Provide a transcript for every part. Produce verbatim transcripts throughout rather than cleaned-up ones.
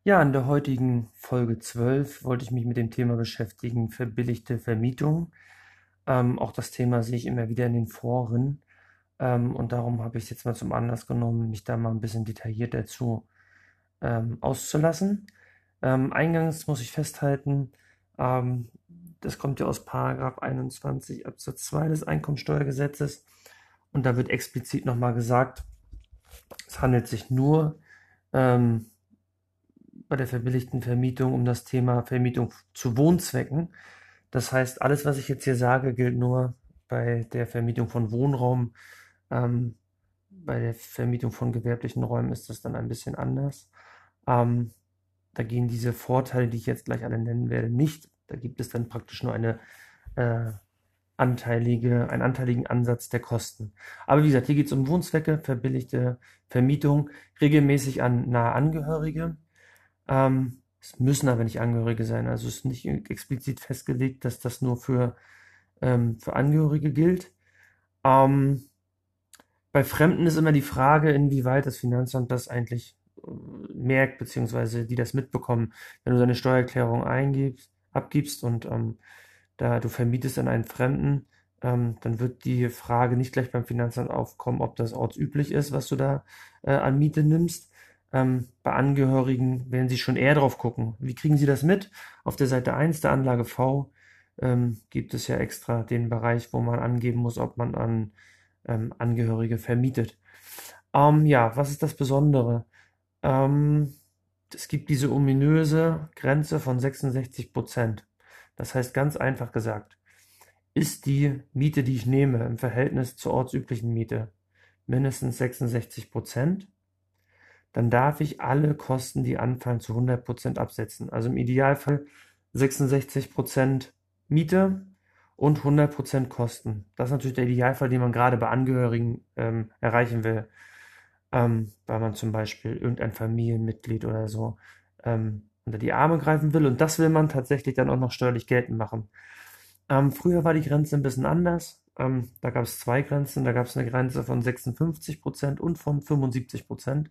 Ja, in der heutigen Folge zwölf wollte ich mich mit dem Thema beschäftigen, verbilligte Vermietung. Ähm, auch das Thema sehe ich immer wieder in den Foren. Ähm, und darum habe ich es jetzt mal zum Anlass genommen, mich da mal ein bisschen detaillierter zu ähm, auszulassen. Ähm, eingangs muss ich festhalten, ähm, das kommt ja aus Paragraph einundzwanzig Absatz zwei des Einkommensteuergesetzes. Und da wird explizit nochmal gesagt, es handelt sich nur ähm, bei der verbilligten Vermietung um das Thema Vermietung zu Wohnzwecken. Das heißt, alles, was ich jetzt hier sage, gilt nur bei der Vermietung von Wohnraum. Ähm, bei der Vermietung von gewerblichen Räumen ist das dann ein bisschen anders. Ähm, Da gehen diese Vorteile, die ich jetzt gleich alle nennen werde, nicht. Da gibt es dann praktisch nur eine äh, anteilige, einen anteiligen Ansatz der Kosten. Aber wie gesagt, hier geht es um Wohnzwecke, verbilligte Vermietung, regelmäßig an nahe Angehörige. Ähm, es müssen aber nicht Angehörige sein. Also es ist nicht explizit festgelegt, dass das nur für, ähm, für Angehörige gilt. Ähm, Bei Fremden ist immer die Frage, inwieweit das Finanzamt das eigentlich äh, merkt, beziehungsweise die das mitbekommen. Wenn du deine Steuererklärung eingibst, abgibst und ähm, da du vermietest an einen Fremden, ähm, dann wird die Frage nicht gleich beim Finanzamt aufkommen, ob das ortsüblich ist, was du da äh, an Miete nimmst. Ähm, bei Angehörigen werden sie schon eher drauf gucken. Wie kriegen sie das mit? Auf der Seite eins der Anlage V ähm, gibt es ja extra den Bereich, wo man angeben muss, ob man an ähm, Angehörige vermietet. Ähm, ja, was ist das Besondere? Ähm, Es gibt diese ominöse Grenze von sechsundsechzig Prozent. Das heißt ganz einfach gesagt, ist die Miete, die ich nehme, im Verhältnis zur ortsüblichen Miete mindestens sechsundsechzig Prozent, dann darf ich alle Kosten, die anfallen, zu hundert Prozent absetzen. Also im Idealfall sechsundsechzig Prozent Miete und hundert Prozent Kosten. Das ist natürlich der Idealfall, den man gerade bei Angehörigen ähm, erreichen will, ähm, weil man zum Beispiel irgendein Familienmitglied oder so ähm, unter die Arme greifen will. Und das will man tatsächlich dann auch noch steuerlich geltend machen. Ähm, früher war die Grenze ein bisschen anders. Ähm, da gab es zwei Grenzen. Da gab es eine Grenze von sechsundfünfzig Prozent und von fünfundsiebzig Prozent.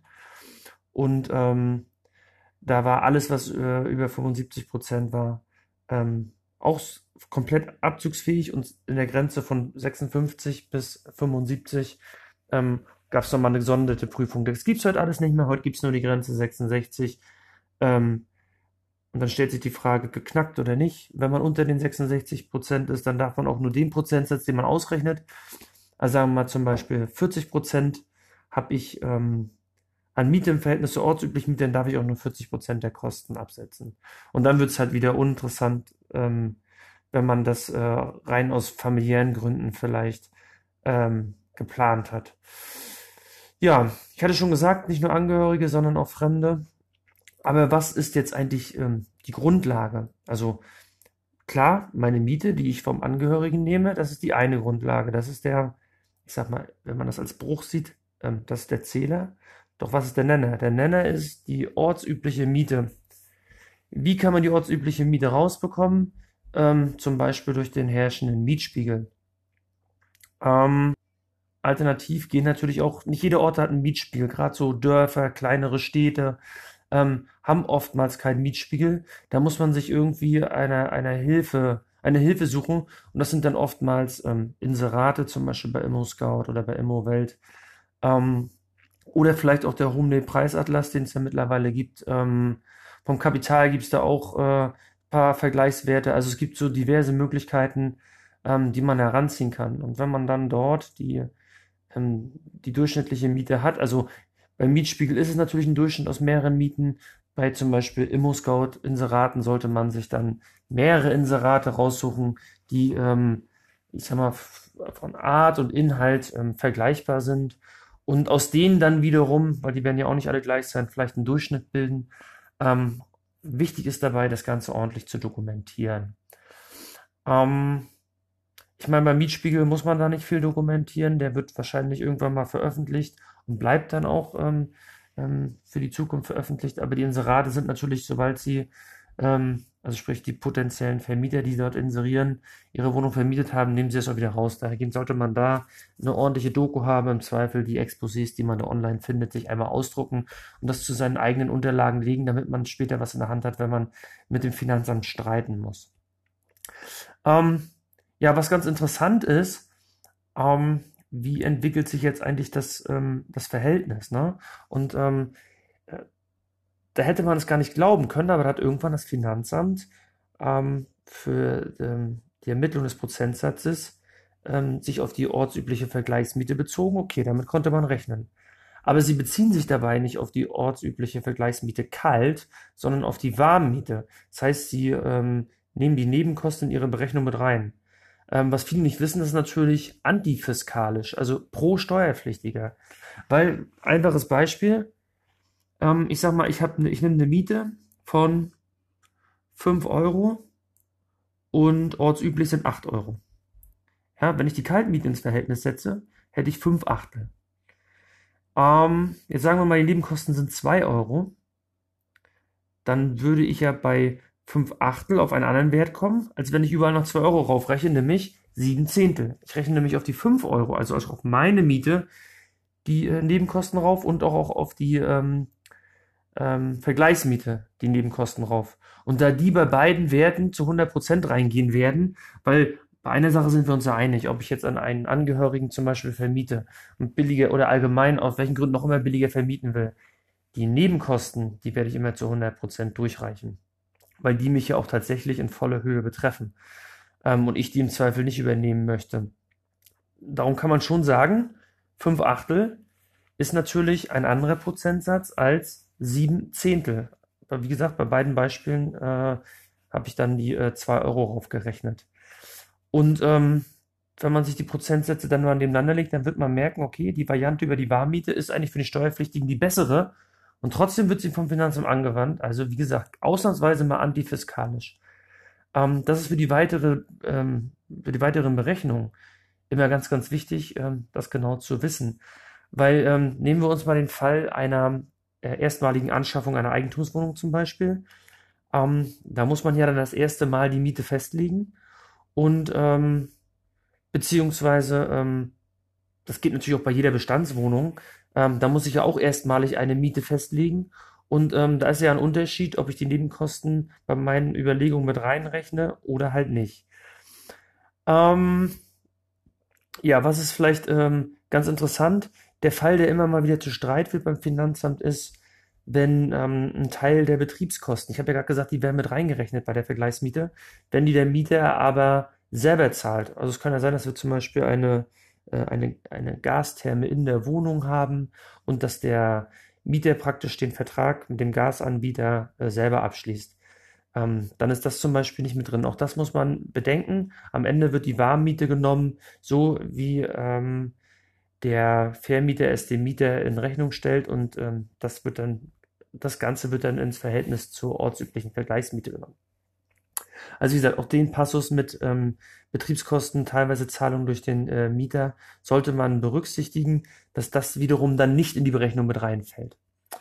Und ähm, da war alles, was äh, über fünfundsiebzig Prozent war, ähm, auch s- komplett abzugsfähig, und in der Grenze von sechsundfünfzig bis fünfundsiebzig ähm, gab es nochmal eine gesonderte Prüfung. Das gibt's heute alles nicht mehr. Heute gibt's nur die Grenze sechsundsechzig. Ähm, und dann stellt sich die Frage, geknackt oder nicht. Wenn man unter den sechsundsechzig Prozent ist, dann darf man auch nur den Prozentsatz, den man ausrechnet. Also sagen wir mal zum Beispiel vierzig Prozent habe ich ähm, an Miete im Verhältnis zur ortsüblichen Miete, dann darf ich auch nur vierzig Prozent der Kosten absetzen. Und dann wird es halt wieder uninteressant, ähm, wenn man das äh, rein aus familiären Gründen vielleicht ähm, geplant hat. Ja, ich hatte schon gesagt, nicht nur Angehörige, sondern auch Fremde. Aber was ist jetzt eigentlich ähm, die Grundlage? Also klar, meine Miete, die ich vom Angehörigen nehme, das ist die eine Grundlage. Das ist der, ich sag mal, wenn man das als Bruch sieht, ähm, das ist der Zähler. Doch was ist der Nenner? Der Nenner ist die ortsübliche Miete. Wie kann man die ortsübliche Miete rausbekommen? Ähm, zum Beispiel durch den herrschenden Mietspiegel. Ähm, Alternativ gehen natürlich auch, nicht jeder Ort hat einen Mietspiegel, gerade so Dörfer, kleinere Städte ähm, haben oftmals keinen Mietspiegel. Da muss man sich irgendwie einer, einer Hilfe, eine Hilfe suchen, und das sind dann oftmals ähm, Inserate, zum Beispiel bei ImmoScout oder bei Immowelt. Ähm, oder vielleicht auch der Humboldt-Preisatlas, den es ja mittlerweile gibt. Ähm, vom Kapital gibt es da auch äh, ein paar Vergleichswerte. Also es gibt so diverse Möglichkeiten, ähm, die man heranziehen kann. Und wenn man dann dort die ähm, die durchschnittliche Miete hat. Also beim Mietspiegel ist es natürlich ein Durchschnitt aus mehreren Mieten. Bei zum Beispiel ImmoScout-Inseraten sollte man sich dann mehrere Inserate raussuchen, die, ähm, ich sag mal, von Art und Inhalt ähm, vergleichbar sind. Und aus denen dann wiederum, weil die werden ja auch nicht alle gleich sein, vielleicht einen Durchschnitt bilden. Ähm, Wichtig ist dabei, das Ganze ordentlich zu dokumentieren. Ähm, Ich meine, beim Mietspiegel muss man da nicht viel dokumentieren. Der wird wahrscheinlich irgendwann mal veröffentlicht und bleibt dann auch ähm, ähm, für die Zukunft veröffentlicht. Aber die Inserate sind natürlich, sobald sie ähm, Also sprich, die potenziellen Vermieter, die dort inserieren, ihre Wohnung vermietet haben, nehmen sie es auch wieder raus. Daher sollte man da eine ordentliche Doku haben, im Zweifel die Exposés, die man da online findet, sich einmal ausdrucken und das zu seinen eigenen Unterlagen legen, damit man später was in der Hand hat, wenn man mit dem Finanzamt streiten muss. Ähm, ja, was ganz interessant ist, ähm, wie entwickelt sich jetzt eigentlich das, ähm, das Verhältnis, ne? Und ähm, äh, da hätte man es gar nicht glauben können, aber da hat irgendwann das Finanzamt ähm, für ähm, die Ermittlung des Prozentsatzes ähm, sich auf die ortsübliche Vergleichsmiete bezogen. Okay, damit konnte man rechnen. Aber sie beziehen sich dabei nicht auf die ortsübliche Vergleichsmiete kalt, sondern auf die Warmmiete. Das heißt, sie ähm, nehmen die Nebenkosten in ihre Berechnung mit rein. Ähm, was viele nicht wissen, ist natürlich antifiskalisch, also pro Steuerpflichtiger. Weil, einfaches Beispiel, ähm, ich sag mal, ich, hab ne, ich nehme eine Miete von fünf Euro und ortsüblich sind acht Euro. Ja, wenn ich die Kaltmiete ins Verhältnis setze, hätte ich fünf Achtel. Ähm, jetzt sagen wir mal, die Nebenkosten sind zwei Euro. Dann würde ich ja bei fünf Achtel auf einen anderen Wert kommen, als wenn ich überall noch zwei Euro raufrechne, nämlich sieben Zehntel. Ich rechne nämlich auf die fünf Euro, also auf meine Miete, die äh, Nebenkosten rauf und auch, auch auf die ähm, ähm, Vergleichsmiete, die Nebenkosten rauf. Und da die bei beiden Werten zu hundert Prozent reingehen werden, weil bei einer Sache sind wir uns ja einig, ob ich jetzt an einen Angehörigen zum Beispiel vermiete und billiger oder allgemein aus welchen Gründen auch immer billiger vermieten will. Die Nebenkosten, die werde ich immer zu hundert Prozent durchreichen, weil die mich ja auch tatsächlich in voller Höhe betreffen ähm, und ich die im Zweifel nicht übernehmen möchte. Darum kann man schon sagen, fünf Achtel ist natürlich ein anderer Prozentsatz als sieben Zehntel. Aber wie gesagt, bei beiden Beispielen äh, habe ich dann die äh, zwei Euro raufgerechnet. Und ähm, wenn man sich die Prozentsätze dann mal nebeneinander legt, dann wird man merken, okay, die Variante über die Warmmiete ist eigentlich für die Steuerpflichtigen die bessere und trotzdem wird sie vom Finanzamt angewandt. Also wie gesagt, ausnahmsweise mal antifiskalisch. Ähm, das ist für die weitere, ähm, für die weiteren Berechnungen immer ganz, ganz wichtig, ähm, das genau zu wissen. Weil ähm, nehmen wir uns mal den Fall einer äh, erstmaligen Anschaffung einer Eigentumswohnung zum Beispiel. Ähm, da muss man ja dann das erste Mal die Miete festlegen und ähm, beziehungsweise, ähm, das geht natürlich auch bei jeder Bestandswohnung, ähm, da muss ich ja auch erstmalig eine Miete festlegen. Und ähm, da ist ja ein Unterschied, ob ich die Nebenkosten bei meinen Überlegungen mit reinrechne oder halt nicht. Ähm, ja, was ist vielleicht ähm, ganz interessant? Der Fall, der immer mal wieder zu Streit wird beim Finanzamt, ist, wenn ähm, ein Teil der Betriebskosten, ich habe ja gerade gesagt, die werden mit reingerechnet bei der Vergleichsmiete, wenn die der Mieter aber selber zahlt. Also es kann ja sein, dass wir zum Beispiel eine, äh, eine, eine Gastherme in der Wohnung haben und dass der Mieter praktisch den Vertrag mit dem Gasanbieter äh, selber abschließt. Ähm, dann ist das zum Beispiel nicht mit drin. Auch das muss man bedenken. Am Ende wird die Warmmiete genommen, so wie ähm, der Vermieter es dem Mieter in Rechnung stellt und ähm, das wird dann, das Ganze wird dann ins Verhältnis zur ortsüblichen Vergleichsmiete genommen. Also wie gesagt, auch den Passus mit ähm, Betriebskosten, teilweise Zahlungen durch den äh, Mieter, sollte man berücksichtigen, dass das wiederum dann nicht in die Berechnung mit reinfällt.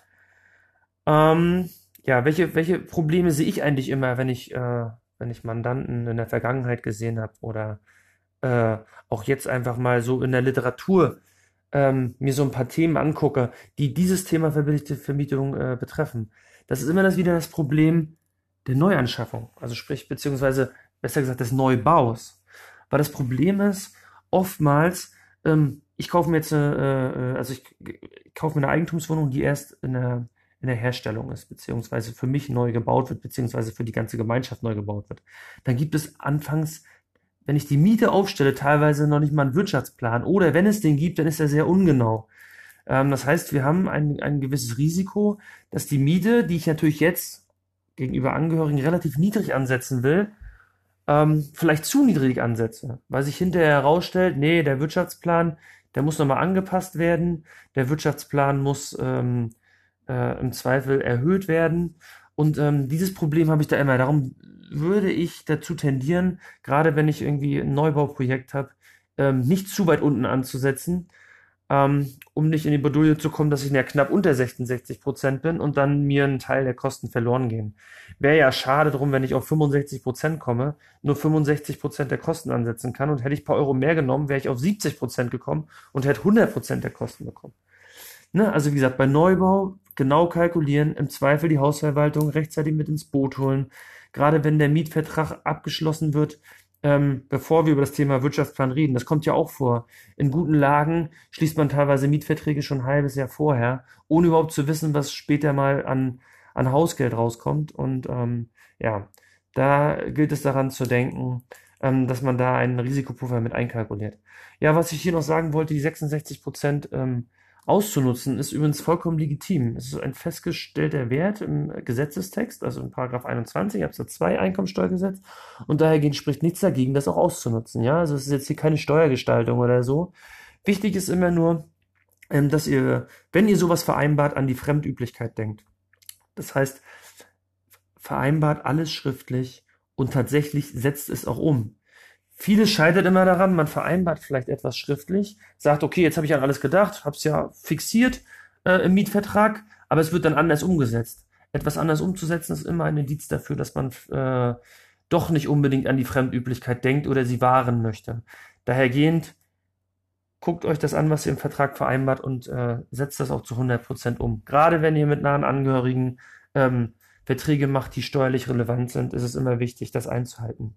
Ähm, ja, welche, welche Probleme sehe ich eigentlich immer, wenn ich, äh, wenn ich Mandanten in der Vergangenheit gesehen habe oder äh, auch jetzt einfach mal so in der Literatur ähm, mir so ein paar Themen angucke, die dieses Thema verbilligte Vermietung äh, betreffen. Das ist immer das wieder das Problem der Neuanschaffung, also sprich, beziehungsweise besser gesagt des Neubaus. Weil das Problem ist, oftmals, ähm, ich kaufe mir jetzt eine, äh, also ich, ich kaufe mir eine Eigentumswohnung, die erst in der, in der Herstellung ist, beziehungsweise für mich neu gebaut wird, beziehungsweise für die ganze Gemeinschaft neu gebaut wird. Dann gibt es anfangs, wenn ich die Miete aufstelle, teilweise noch nicht mal einen Wirtschaftsplan. Oder wenn es den gibt, dann ist er sehr ungenau. Ähm, das heißt, wir haben ein, ein gewisses Risiko, dass die Miete, die ich natürlich jetzt gegenüber Angehörigen relativ niedrig ansetzen will, ähm, vielleicht zu niedrig ansetze, weil sich hinterher herausstellt, nee, der Wirtschaftsplan, der muss nochmal angepasst werden, der Wirtschaftsplan muss ähm, äh, im Zweifel erhöht werden und ähm, dieses Problem habe ich da immer. Darum würde ich dazu tendieren, gerade wenn ich irgendwie ein Neubauprojekt habe, ähm, nicht zu weit unten anzusetzen, ähm, um nicht in die Bredouille zu kommen, dass ich ja knapp unter sechsundsechzig Prozent bin und dann mir ein Teil der Kosten verloren gehen. Wäre ja schade drum, wenn ich auf fünfundsechzig Prozent komme, nur fünfundsechzig Prozent der Kosten ansetzen kann, und hätte ich ein paar Euro mehr genommen, wäre ich auf siebzig Prozent gekommen und hätte hundert Prozent der Kosten bekommen. Ne? Also wie gesagt, bei Neubau genau kalkulieren, im Zweifel die Hausverwaltung rechtzeitig mit ins Boot holen. Gerade wenn der Mietvertrag abgeschlossen wird, ähm, bevor wir über das Thema Wirtschaftsplan reden, das kommt ja auch vor. In guten Lagen schließt man teilweise Mietverträge schon ein halbes Jahr vorher, ohne überhaupt zu wissen, was später mal an, an Hausgeld rauskommt. Und ähm, ja, da gilt es daran zu denken, ähm, dass man da einen Risikopuffer mit einkalkuliert. Ja, was ich hier noch sagen wollte, die sechsundsechzig Prozent ähm, auszunutzen, ist übrigens vollkommen legitim. Es ist ein festgestellter Wert im Gesetzestext, also in Paragraph einundzwanzig Absatz zwei Einkommensteuergesetz, und dahergehend spricht nichts dagegen, das auch auszunutzen. Ja, also es ist jetzt hier keine Steuergestaltung oder so. Wichtig ist immer nur, ähm, dass ihr, wenn ihr sowas vereinbart, an die Fremdüblichkeit denkt. Das heißt, vereinbart alles schriftlich und tatsächlich setzt es auch um. Vieles scheitert immer daran, man vereinbart vielleicht etwas schriftlich, sagt, okay, jetzt habe ich an alles gedacht, habe es ja fixiert äh, im Mietvertrag, aber es wird dann anders umgesetzt. Etwas anders umzusetzen ist immer ein Indiz dafür, dass man äh, doch nicht unbedingt an die Fremdüblichkeit denkt oder sie wahren möchte. Dahergehend, guckt euch das an, was ihr im Vertrag vereinbart, und äh, setzt das auch zu hundert Prozent um. Gerade wenn ihr mit nahen Angehörigen ähm, Verträge macht, die steuerlich relevant sind, ist es immer wichtig, das einzuhalten.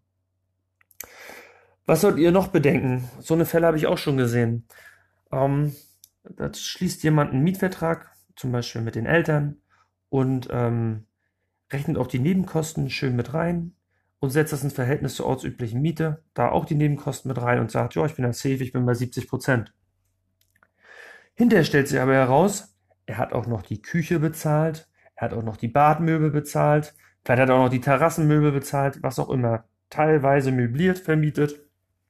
Was sollt ihr noch bedenken? So eine Fälle habe ich auch schon gesehen. Ähm, da schließt jemand einen Mietvertrag, zum Beispiel mit den Eltern, und ähm, rechnet auch die Nebenkosten schön mit rein und setzt das ins Verhältnis zur ortsüblichen Miete, da auch die Nebenkosten mit rein und sagt, ja, ich bin ja safe, ich bin bei siebzig Prozent. Hinterher stellt sich aber heraus, er hat auch noch die Küche bezahlt, er hat auch noch die Badmöbel bezahlt, vielleicht hat er auch noch die Terrassenmöbel bezahlt, was auch immer, teilweise möbliert, vermietet,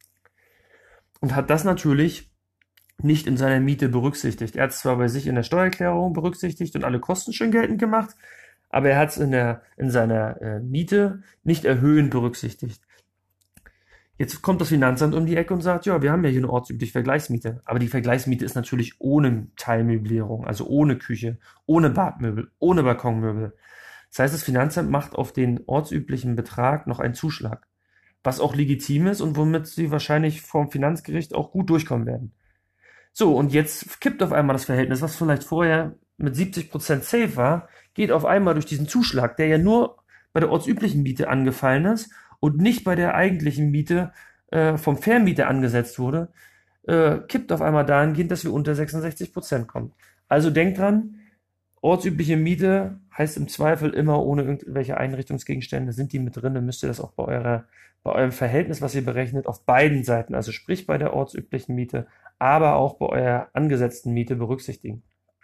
und hat das natürlich nicht in seiner Miete berücksichtigt. Er hat es zwar bei sich in der Steuererklärung berücksichtigt und alle Kosten schön geltend gemacht, aber er hat es in der, in seiner äh, Miete nicht erhöhend berücksichtigt. Jetzt kommt das Finanzamt um die Ecke und sagt, ja, wir haben ja hier eine ortsübliche Vergleichsmiete. Aber die Vergleichsmiete ist natürlich ohne Teilmöblierung, also ohne Küche, ohne Badmöbel, ohne Balkonmöbel. Das heißt, das Finanzamt macht auf den ortsüblichen Betrag noch einen Zuschlag, was auch legitim ist und womit sie wahrscheinlich vom Finanzgericht auch gut durchkommen werden. So, und jetzt kippt auf einmal das Verhältnis, was vielleicht vorher mit siebzig Prozent safe war, geht auf einmal durch diesen Zuschlag, der ja nur bei der ortsüblichen Miete angefallen ist und nicht bei der eigentlichen Miete äh, vom Vermieter angesetzt wurde, äh, kippt auf einmal dahingehend, dass wir unter sechsundsechzig Prozent kommen. Also denkt dran, ortsübliche Miete heißt im Zweifel immer ohne irgendwelche Einrichtungsgegenstände. Sind die mit drin, dann müsst ihr das auch bei eurer, bei eurem Verhältnis, was ihr berechnet, auf beiden Seiten, also sprich bei der ortsüblichen Miete, aber auch bei eurer angesetzten Miete berücksichtigen.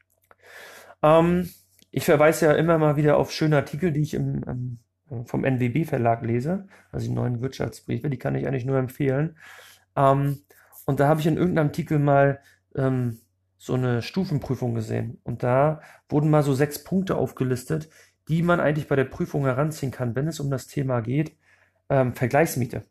Ähm, ich verweise ja immer mal wieder auf schöne Artikel, die ich im, im, vom N W B-Verlag lese, also die neuen Wirtschaftsbriefe, die kann ich eigentlich nur empfehlen. Ähm, und da habe ich in irgendeinem Artikel mal ähm, so eine Stufenprüfung gesehen. Und da wurden mal so sechs Punkte aufgelistet, die man eigentlich bei der Prüfung heranziehen kann, wenn es um das Thema geht, ähm, Vergleichsmiete.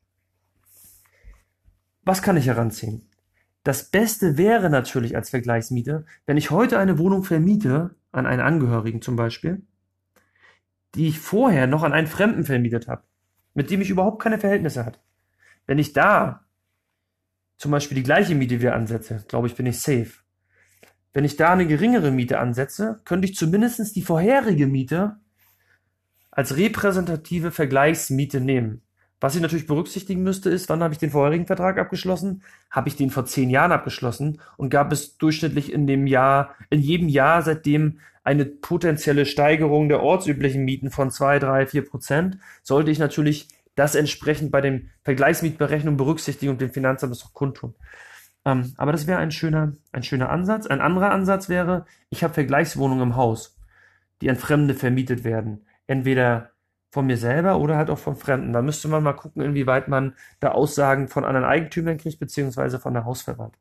Was kann ich heranziehen? Das Beste wäre natürlich als Vergleichsmiete, wenn ich heute eine Wohnung vermiete, an einen Angehörigen zum Beispiel, die ich vorher noch an einen Fremden vermietet habe, mit dem ich überhaupt keine Verhältnisse hatte. Wenn ich da zum Beispiel die gleiche Miete wieder ansetze, glaube ich, bin ich safe. Wenn ich da eine geringere Miete ansetze, könnte ich zumindest die vorherige Miete als repräsentative Vergleichsmiete nehmen. Was ich natürlich berücksichtigen müsste, ist, wann habe ich den vorherigen Vertrag abgeschlossen? Habe ich den vor zehn Jahren abgeschlossen und gab es durchschnittlich in dem Jahr, in jedem Jahr seitdem eine potenzielle Steigerung der ortsüblichen Mieten von zwei, drei, vier Prozent, sollte ich natürlich das entsprechend bei den Vergleichsmietberechnungen berücksichtigen und dem Finanzamt das auch kundtun. Ähm, aber das wäre ein schöner, ein schöner Ansatz. Ein anderer Ansatz wäre, ich habe Vergleichswohnungen im Haus, die an Fremde vermietet werden. Entweder von mir selber oder halt auch von Fremden. Da müsste man mal gucken, inwieweit man da Aussagen von anderen Eigentümern kriegt, beziehungsweise von der Hausverwaltung.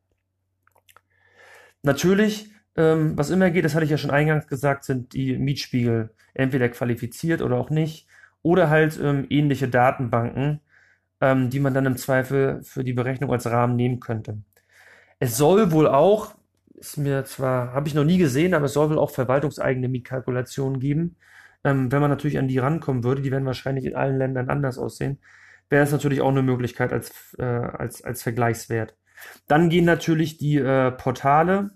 Natürlich, ähm, was immer geht, das hatte ich ja schon eingangs gesagt, sind die Mietspiegel entweder qualifiziert oder auch nicht. Oder halt ähm, ähnliche Datenbanken, ähm, die man dann im Zweifel für die Berechnung als Rahmen nehmen könnte. Es soll wohl auch, ist mir zwar, habe ich noch nie gesehen, aber es soll wohl auch verwaltungseigene Mietkalkulationen geben. Ähm, wenn man natürlich an die rankommen würde, die werden wahrscheinlich in allen Ländern anders aussehen, wäre es natürlich auch eine Möglichkeit als, äh, als, als Vergleichswert. Dann gehen natürlich die äh, Portale,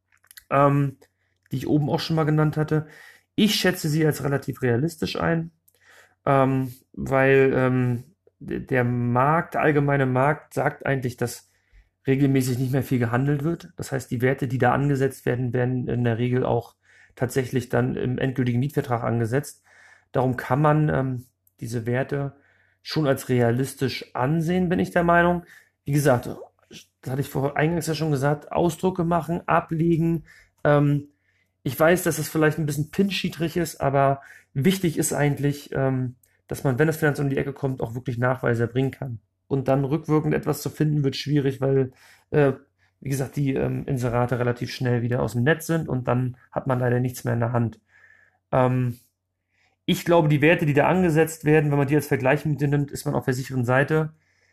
ähm, die ich oben auch schon mal genannt hatte. Ich schätze sie als relativ realistisch ein, ähm, weil ähm, der Markt, der allgemeine Markt sagt eigentlich, dass regelmäßig nicht mehr viel gehandelt wird. Das heißt, die Werte, die da angesetzt werden, werden in der Regel auch tatsächlich dann im endgültigen Mietvertrag angesetzt. Darum kann man ähm, diese Werte schon als realistisch ansehen, bin ich der Meinung. Wie gesagt, das hatte ich vor eingangs ja schon gesagt, Ausdrucke machen, ablegen. Ähm, ich weiß, dass es vielleicht ein bisschen pinschitrig ist, aber wichtig ist eigentlich, ähm, dass man, wenn das Finanzamt um die Ecke kommt, auch wirklich Nachweise erbringen kann. Und dann rückwirkend etwas zu finden, wird schwierig, weil, äh, wie gesagt, die ähm, Inserate relativ schnell wieder aus dem Netz sind und dann hat man leider nichts mehr in der Hand. Ähm, ich glaube, die Werte, die da angesetzt werden, wenn man die als Vergleich mitnimmt, ist man auf der sicheren Seite.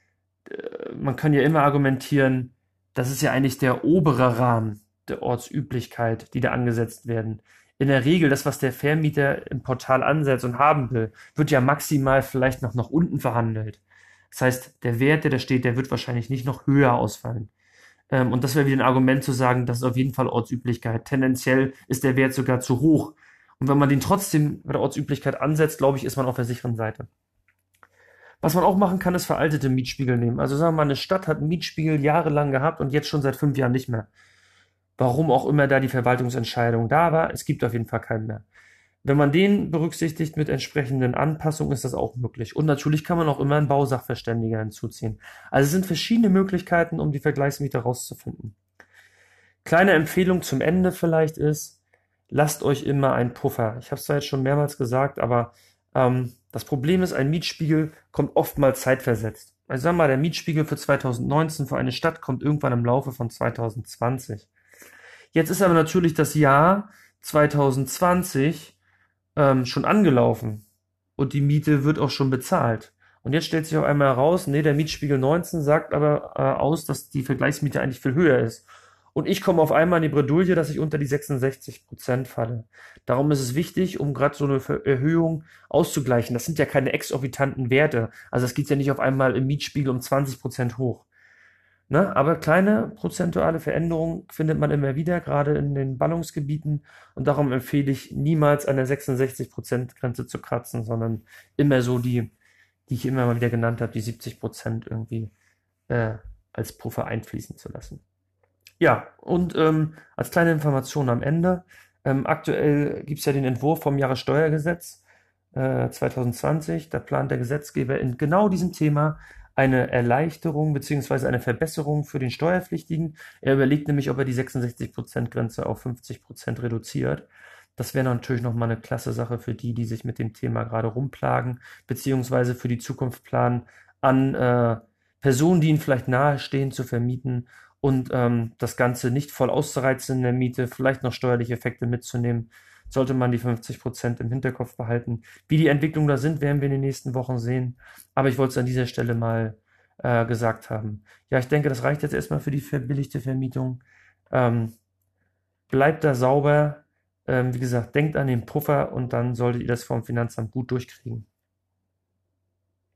Äh, man kann ja immer argumentieren, das ist ja eigentlich der obere Rahmen der Ortsüblichkeit, die da angesetzt werden. In der Regel, das, was der Vermieter im Portal ansetzt und haben will, wird ja maximal vielleicht noch nach unten verhandelt. Das heißt, der Wert, der da steht, der wird wahrscheinlich nicht noch höher ausfallen. Ähm, und das wäre wieder ein Argument zu sagen, das ist auf jeden Fall Ortsüblichkeit. Tendenziell ist der Wert sogar zu hoch. Und wenn man den trotzdem bei der Ortsüblichkeit ansetzt, glaube ich, ist man auf der sicheren Seite. Was man auch machen kann, ist veraltete Mietspiegel nehmen. Also sagen wir mal, eine Stadt hat einen Mietspiegel jahrelang gehabt und jetzt schon seit fünf Jahren nicht mehr. Warum auch immer da die Verwaltungsentscheidung da war, es gibt auf jeden Fall keinen mehr. Wenn man den berücksichtigt mit entsprechenden Anpassungen, ist das auch möglich. Und natürlich kann man auch immer einen Bausachverständiger hinzuziehen. Also es sind verschiedene Möglichkeiten, um die Vergleichsmiete rauszufinden. Kleine Empfehlung zum Ende vielleicht ist, lasst euch immer einen Puffer. Ich habe es zwar jetzt schon mehrmals gesagt, aber ähm, das Problem ist, ein Mietspiegel kommt oftmals zeitversetzt. Also sagen wir mal, der Mietspiegel für zweitausendneunzehn für eine Stadt kommt irgendwann im Laufe von zweitausendzwanzig. Jetzt ist aber natürlich das Jahr zweitausendzwanzig ähm, schon angelaufen und die Miete wird auch schon bezahlt. Und jetzt stellt sich auf einmal heraus, nee, der Mietspiegel neunzehn sagt aber äh, aus, dass die Vergleichsmiete eigentlich viel höher ist. Und ich komme auf einmal in die Bredouille, dass ich unter die sechsundsechzig Prozent falle. Darum ist es wichtig, um gerade so eine Erhöhung auszugleichen. Das sind ja keine exorbitanten Werte. Also es geht ja nicht auf einmal im Mietspiegel um zwanzig Prozent hoch. Ne? Aber kleine prozentuale Veränderungen findet man immer wieder, gerade in den Ballungsgebieten. Und darum empfehle ich, niemals an der sechsundsechzig Prozent Grenze zu kratzen, sondern immer so die, die ich immer mal wieder genannt habe, die siebzig Prozent irgendwie äh, als Puffer einfließen zu lassen. Ja, und ähm, als kleine Information am Ende, ähm, aktuell gibt es ja den Entwurf vom Jahressteuergesetz äh, zwanzig zwanzig. Da plant der Gesetzgeber in genau diesem Thema eine Erleichterung bzw. eine Verbesserung für den Steuerpflichtigen. Er überlegt nämlich, ob er die sechsundsechzig Prozent Grenze auf fünfzig Prozent reduziert. Das wäre natürlich nochmal eine klasse Sache für die, die sich mit dem Thema gerade rumplagen, beziehungsweise für die Zukunft planen, an äh, Personen, die ihnen vielleicht nahestehen, zu vermieten und ähm, das Ganze nicht voll auszureizen in der Miete, vielleicht noch steuerliche Effekte mitzunehmen, sollte man die fünfzig Prozent im Hinterkopf behalten. Wie die Entwicklungen da sind, werden wir in den nächsten Wochen sehen. Aber ich wollte es an dieser Stelle mal äh, gesagt haben. Ja, ich denke, das reicht jetzt erstmal für die verbilligte Vermietung. Ähm, bleibt da sauber. Ähm, wie gesagt, denkt an den Puffer und dann solltet ihr das vom Finanzamt gut durchkriegen.